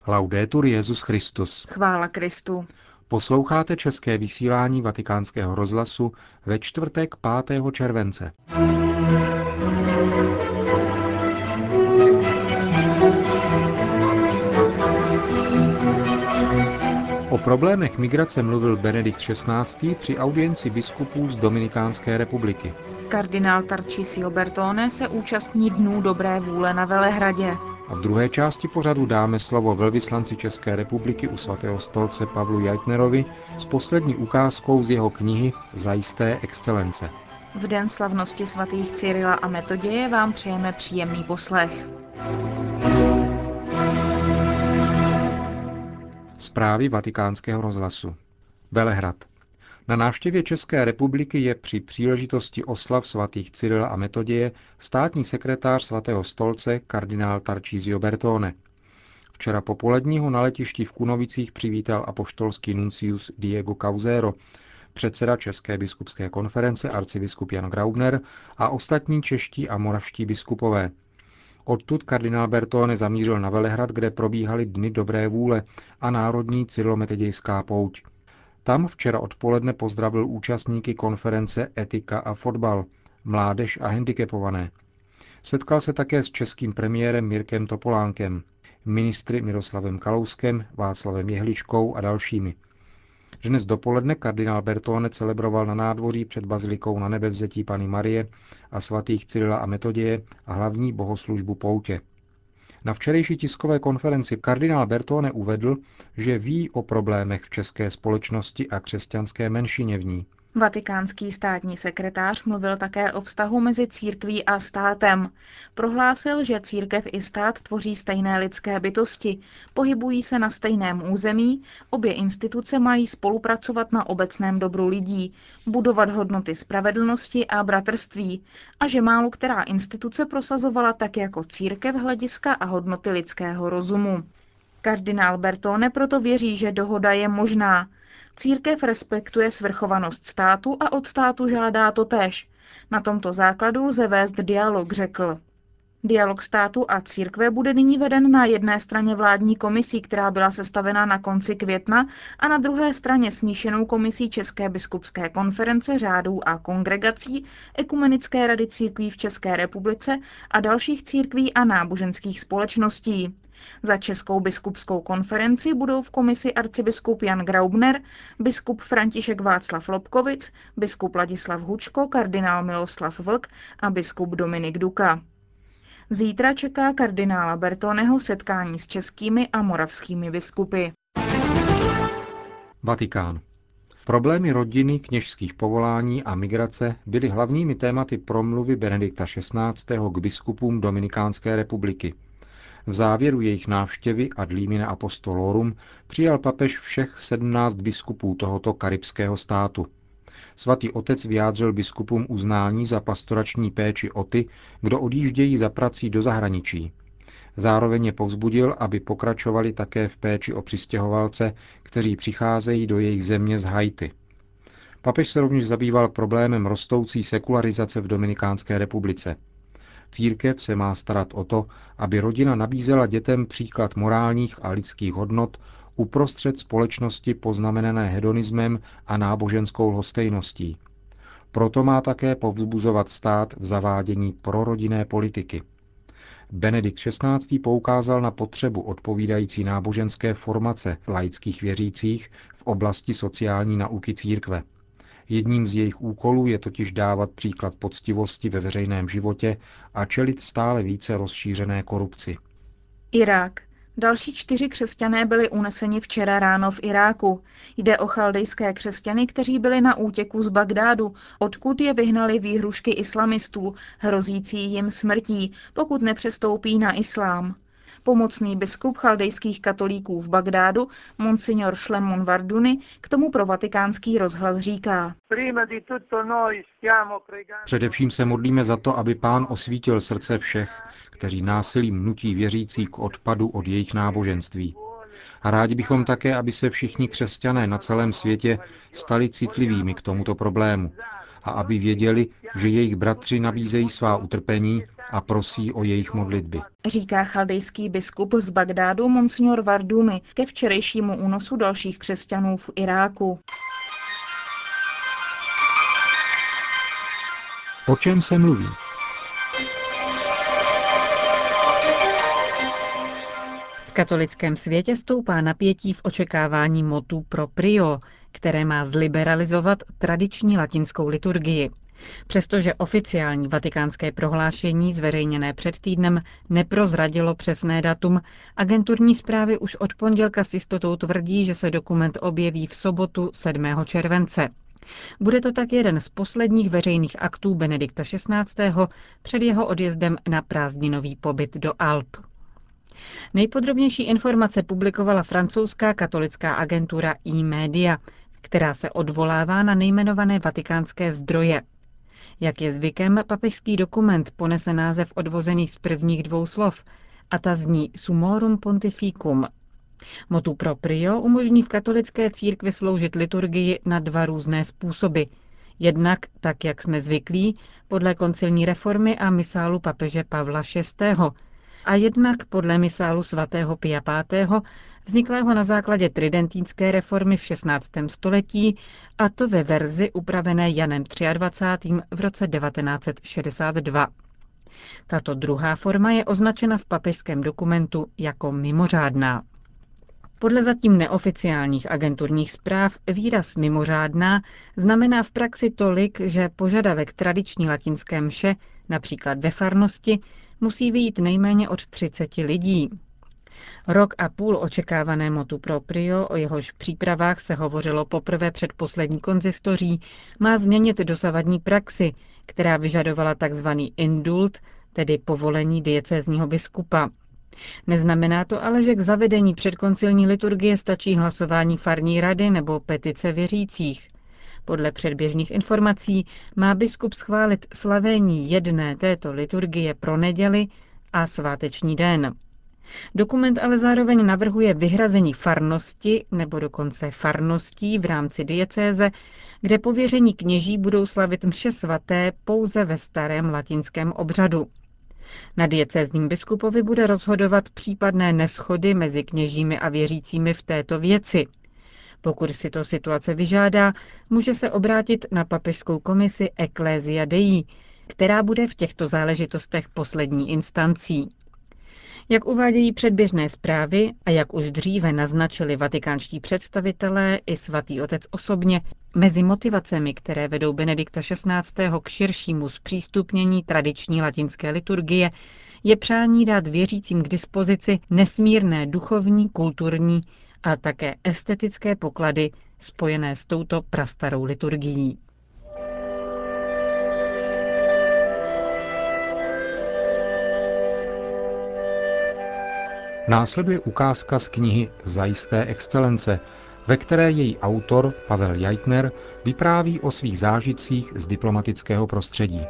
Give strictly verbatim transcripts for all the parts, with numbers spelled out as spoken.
Laudetur Jesus Christus. Chvála Kristu. Posloucháte české vysílání Vatikánského rozhlasu ve čtvrtek pátého července. O problémech migrace mluvil Benedikt šestnáctý. při audienci biskupů z Dominikánské republiky. Kardinál Tarcísio Bertone se účastní Dnů dobré vůle na Velehradě. A v druhé části pořadu dáme slovo velvyslanci České republiky u svatého stolce Pavlu Jajtnerovi s poslední ukázkou z jeho knihy Zajisté excelence. V den slavnosti svatých Cyrila a Metoděje vám přejeme příjemný poslech. Zprávy Vatikánského rozhlasu. Velehrad. Na návštěvě České republiky je při příležitosti oslav svatých Cyrila a Metoděje státní sekretář svatého stolce kardinál Tarcísio Bertone. Včera popolední ho na letišti v Kunovicích přivítal apoštolský nuncius Diego Causero, předseda České biskupské konference arcibiskup Jan Graubner a ostatní čeští a moravští biskupové. Odtud kardinál Bertone zamířil na Velehrad, kde probíhaly Dny dobré vůle a národní cyrilometodějská pouť. Tam včera odpoledne pozdravil účastníky konference Etika a fotbal, mládež a handicapované. Setkal se také s českým premiérem Mirkem Topolánkem, ministry Miroslavem Kalouskem, Václavem Jehličkou a dalšími. Dnes dopoledne kardinál Bertone celebroval na nádvoří před bazilikou Na Nebevzetí Panny Marie a svatých Cyrila a Metoděje a hlavní bohoslužbu poutě. Na včerejší tiskové konferenci kardinál Bertone uvedl, že ví o problémech v české společnosti a křesťanské menšině v ní. Vatikánský státní sekretář mluvil také o vztahu mezi církví a státem. Prohlásil, že církev i stát tvoří stejné lidské bytosti, pohybují se na stejném území, obě instituce mají spolupracovat na obecném dobru lidí, budovat hodnoty spravedlnosti a bratrství a že málo která instituce prosazovala tak jako církev hlediska a hodnoty lidského rozumu. Kardinál Bertone proto věří, že dohoda je možná. Církev respektuje svrchovanost státu a od státu žádá totéž. Na tomto základu lze vést dialog, řekl. Dialog státu a církve bude nyní veden na jedné straně vládní komisí, která byla sestavena na konci května, a na druhé straně smíšenou komisí České biskupské konference řádů a kongregací, Ekumenické rady církví v České republice a dalších církví a náboženských společností. Za Českou biskupskou konferenci budou v komisi arcibiskup Jan Graubner, biskup František Václav Lobkovic, biskup Ladislav Hučko, kardinál Miloslav Vlk a biskup Dominik Duka. Zítra čeká kardinála Bertoneho setkání s českými a moravskými biskupy. Vatikán. Problémy rodiny, kněžských povolání a migrace byly hlavními tématy promluvy Benedikta šestnáctého. K biskupům Dominikánské republiky. V závěru jejich návštěvy ad limina apostolorum přijal papež všech sedmnáct biskupů tohoto karibského státu. Svatý otec vyjádřil biskupům uznání za pastorační péči o ty, kdo odjíždějí za prací do zahraničí. Zároveň je povzbudil, aby pokračovali také v péči o přistěhovalce, kteří přicházejí do jejich země z Haiti. Papež se rovněž zabýval problémem rostoucí sekularizace v Dominikánské republice. Církev se má starat o to, aby rodina nabízela dětem příklad morálních a lidských hodnot uprostřed společnosti poznamenané hedonismem a náboženskou lhostejností. Proto má také povzbuzovat stát v zavádění prorodinné politiky. Benedikt šestnáctý. Poukázal na potřebu odpovídající náboženské formace laických věřících v oblasti sociální nauky církve. Jedním z jejich úkolů je totiž dávat příklad poctivosti ve veřejném životě a čelit stále více rozšířené korupci. Irák. Další čtyři křesťané byli uneseni včera ráno v Iráku. Jde o chaldejské křesťany, kteří byli na útěku z Bagdádu, odkud je vyhnali výhrušky islamistů, hrozící jim smrtí, pokud nepřestoupí na islám. Pomocný biskup chaldejských katolíků v Bagdádu, monsignor Šlemon Varduny, k tomu pro Vatikánský rozhlas říká. Především se modlíme za to, aby Pán osvítil srdce všech, kteří násilím nutí věřící k odpadu od jejich náboženství. A rádi bychom také, aby se všichni křesťané na celém světě stali citlivými k tomuto problému a aby věděli, že jejich bratři nabízejí svá utrpení a prosí o jejich modlitby. Říká chaldejský biskup z Bagdádu Monsignor Vardumi ke včerejšímu únosu dalších křesťanů v Iráku. O čem se mluví? V katolickém světě stoupá napětí v očekávání motu proprio, které má zliberalizovat tradiční latinskou liturgii. Přestože oficiální vatikánské prohlášení zveřejněné před týdnem neprozradilo přesné datum, agenturní zprávy už od pondělka s jistotou tvrdí, že se dokument objeví v sobotu sedmého července. Bude to tak jeden z posledních veřejných aktů Benedikta šestnáctého před jeho odjezdem na prázdninový pobyt do Alp. Nejpodrobnější informace publikovala francouzská katolická agentura e-Media, která se odvolává na nejmenované vatikánské zdroje. Jak je zvykem, papežský dokument ponese název odvozený z prvních dvou slov, a ta zní Summorum Pontificum. Motu proprio umožní v katolické církvi sloužit liturgii na dva různé způsoby. Jednak, tak jak jsme zvyklí, podle koncilní reformy a misálu papeže Pavla šestého. A jednak podle misálu svatého Pia pátého., vzniklého na základě tridentínské reformy v šestnáctém století, a to ve verzi upravené Janem dvacátým třetím v roce devatenáct set šedesát dva. Tato druhá forma je označena v papežském dokumentu jako mimořádná. Podle zatím neoficiálních agenturních zpráv výraz mimořádná znamená v praxi tolik, že požadavek tradiční latinské mše, například ve farnosti, musí vyjít nejméně od třiceti lidí. Rok a půl očekávané motu proprio, o jehož přípravách se hovořilo poprvé před poslední konzistoří, má změnit dosavadní praxi, která vyžadovala tzv. Indult, tedy povolení diecézního biskupa. Neznamená to ale, že k zavedení předkoncilní liturgie stačí hlasování farní rady nebo petice věřících. Podle předběžných informací má biskup schválit slavení jedné této liturgie pro neděli a sváteční den. Dokument ale zároveň navrhuje vyhrazení farnosti nebo dokonce farností v rámci diecéze, kde pověření kněží budou slavit mše svaté pouze ve starém latinském obřadu. Na diecézním biskupovi bude rozhodovat případné neshody mezi kněžími a věřícími v této věci. Pokud si to situace vyžádá, může se obrátit na papežskou komisi Ecclesia Dei, která bude v těchto záležitostech poslední instancí. Jak uvádějí předběžné zprávy a jak už dříve naznačili vatikánští představitelé i svatý otec osobně, mezi motivacemi, které vedou Benedikta šestnáctého k širšímu zpřístupnění tradiční latinské liturgie, je přání dát věřícím k dispozici nesmírné duchovní, kulturní a také estetické poklady spojené s touto prastarou liturgií. Následuje ukázka z knihy Zajisté excelence, ve které její autor Pavel Jajtner vypráví o svých zážitcích z diplomatického prostředí.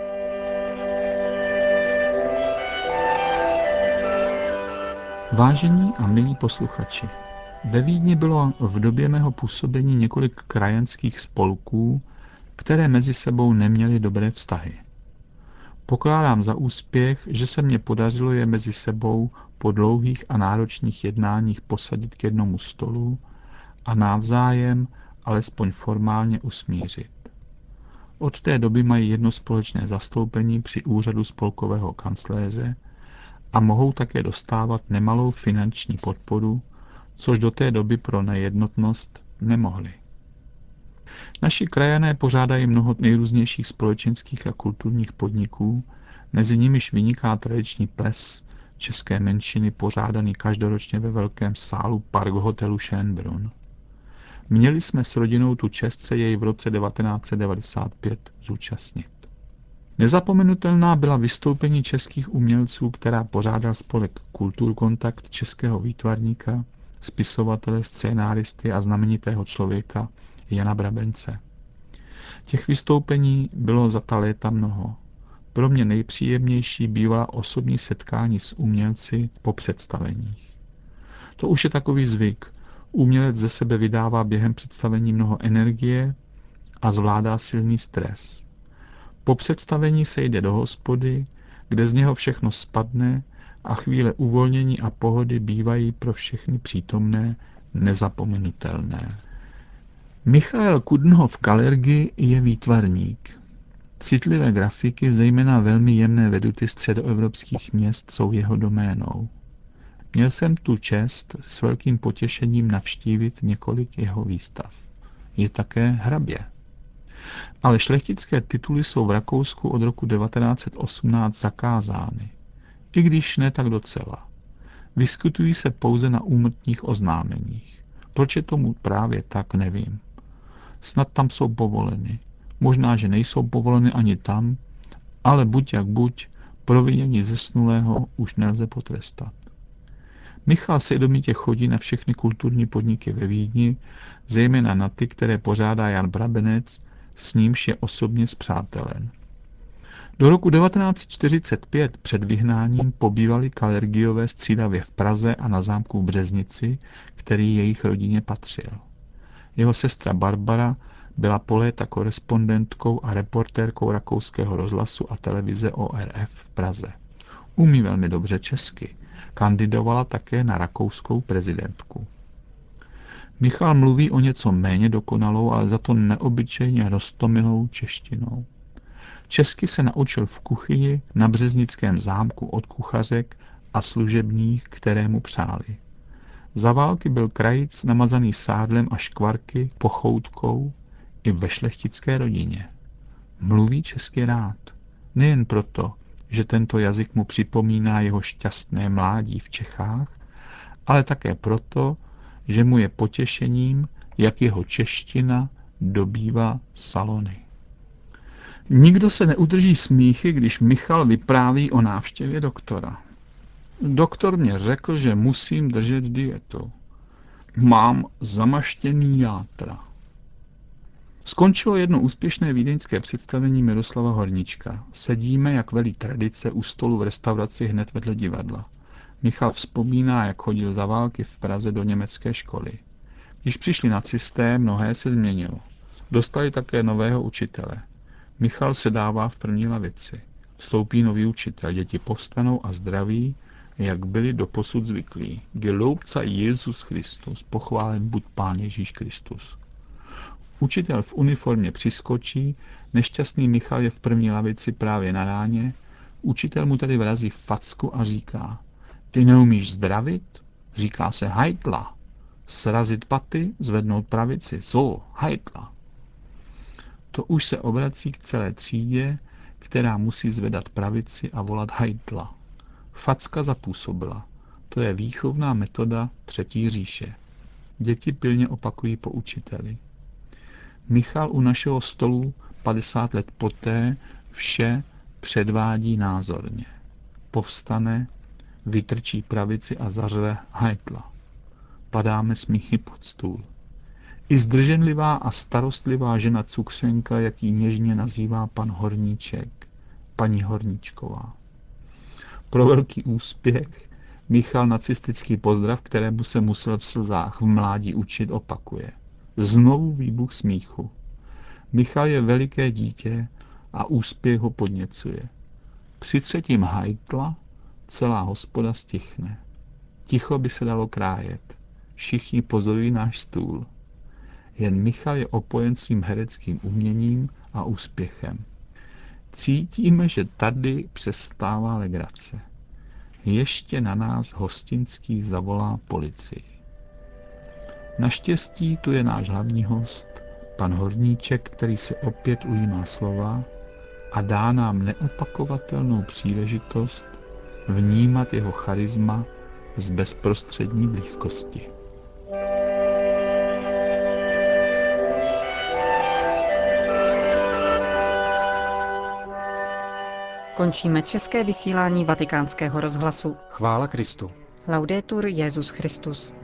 Vážení a milí posluchači, ve Vídni bylo v době mého působení několik krajanských spolků, které mezi sebou neměly dobré vztahy. Pokládám za úspěch, že se mně podařilo je mezi sebou po dlouhých a náročných jednáních posadit k jednomu stolu a navzájem, alespoň formálně, usmířit. Od té doby mají jedno společné zastoupení při úřadu spolkového kancléře a mohou také dostávat nemalou finanční podporu, což do té doby pro nejednotnost nemohli. Naši krajané pořádají mnoho nejrůznějších společenských a kulturních podniků, mezi nimiž vyniká tradiční ples české menšiny pořádaný každoročně ve velkém sálu Park hotelu Schönbrunn. Měli jsme s rodinou tu čest se jej v roce devatenáct set devadesát pět zúčastnit. Nezapomenutelná byla vystoupení českých umělců, která pořádal spolek Kulturkontakt českého výtvarníka, spisovatele, scénáristy a znamenitého člověka Jana Brabence. Těch vystoupení bylo za ta léta mnoho. Pro mě nejpříjemnější bývala osobní setkání s umělci po představeních. To už je takový zvyk. Umělec ze sebe vydává během představení mnoho energie a zvládá silný stres. Po představení se jde do hospody, kde z něho všechno spadne a chvíle uvolnění a pohody bývají pro všechny přítomné nezapomenutelné. Michael Coudenhove-Kalergi je výtvarník. Citlivé grafiky, zejména velmi jemné veduty středoevropských měst, jsou jeho doménou. Měl jsem tu čest s velkým potěšením navštívit několik jeho výstav. Je také hrabě. Ale šlechtické tituly jsou v Rakousku od roku devatenáct set osmnáct zakázány. I když ne tak docela. Vyskytují se pouze na úmrtních oznámeních. Proč je tomu právě tak, nevím. Snad tam jsou povoleny. Možná, že nejsou povoleny ani tam, ale buď jak buď, provinění zesnulého už nelze potrestat. Michal svědomitě chodí na všechny kulturní podniky ve Vídni, zejména na ty, které pořádá Jan Brabenec, s nímž je osobně spřátelen. Do roku devatenáct set čtyřicet pět před vyhnáním pobývali Kalergiové střídavě v Praze a na zámku v Březnici, který jejich rodině patřil. Jeho sestra Barbara byla po léta korespondentkou a reportérkou Rakouského rozhlasu a televize O R F v Praze. Umí velmi dobře česky. Kandidovala také na rakouskou prezidentku. Michal mluví o něco méně dokonalou, ale za to neobyčejně roztomilou češtinou. Česky se naučil v kuchyni na Březnickém zámku od kuchařek a služebních, které mu přáli. Za války byl krajic namazaný sádlem a škvarky pochoutkou i ve šlechtické rodině. Mluví česky rád. Nejen proto, že tento jazyk mu připomíná jeho šťastné mládí v Čechách, ale také proto, že mu je potěšením, jak jeho čeština dobývá salony. Nikdo se neudrží smíchy, když Michal vypráví o návštěvě doktora. Doktor mě řekl, že musím držet dietu. Mám zamaštěný játra. Skončilo jedno úspěšné vídeňské představení Miroslava Horníčka. Sedíme, jak velí tradice, u stolu v restauraci hned vedle divadla. Michal vzpomíná, jak chodil za války v Praze do německé školy. Když přišli nacisté, mnohé se změnilo. Dostali také nového učitele. Michal sedává v první lavici. Vstoupí nový učitel, děti povstanou a zdraví, jak byli doposud zvyklí. Gelobt sei Jesus Christus, pochválen buď Pán Ježíš Kristus. Učitel v uniformě přiskočí, nešťastný Michal je v první lavici právě na ráně, učitel mu tady vrazí facku a říká: ty neumíš zdravit? Říká se hajtla. Srazit paty, zvednout pravici, so, hajtla. To už se obrací k celé třídě, která musí zvedat pravici a volat hajtla. Facka zapůsobila. To je výchovná metoda Třetí říše. Děti pilně opakují po učiteli. Michal u našeho stolu padesát let poté vše předvádí názorně. Povstane, vytrčí pravici a zařve hajtla. Padáme smíchy pod stůl. I zdrženlivá a starostlivá žena cukřenka, jak ji něžně nazývá pan Horníček, paní Horníčková. Pro velký úspěch Michal nacistický pozdrav, kterému se musel v slzách v mládí učit, opakuje. Znovu výbuch smíchu. Michal je veliké dítě a úspěch ho podněcuje. Při třetím hajtla celá hospoda stichne. Ticho by se dalo krájet. Všichni pozorují náš stůl. Jen Michal je opojen svým hereckým uměním a úspěchem. Cítíme, že tady přestává legrace. Ještě na nás hostinský zavolá policii. Naštěstí tu je náš hlavní host, pan Horníček, který se opět ujímá slova a dá nám neopakovatelnou příležitost vnímat jeho charisma z bezprostřední blízkosti. Končíme české vysílání Vatikánského rozhlasu. Chvála Kristu. Laudetur Jesus Christus.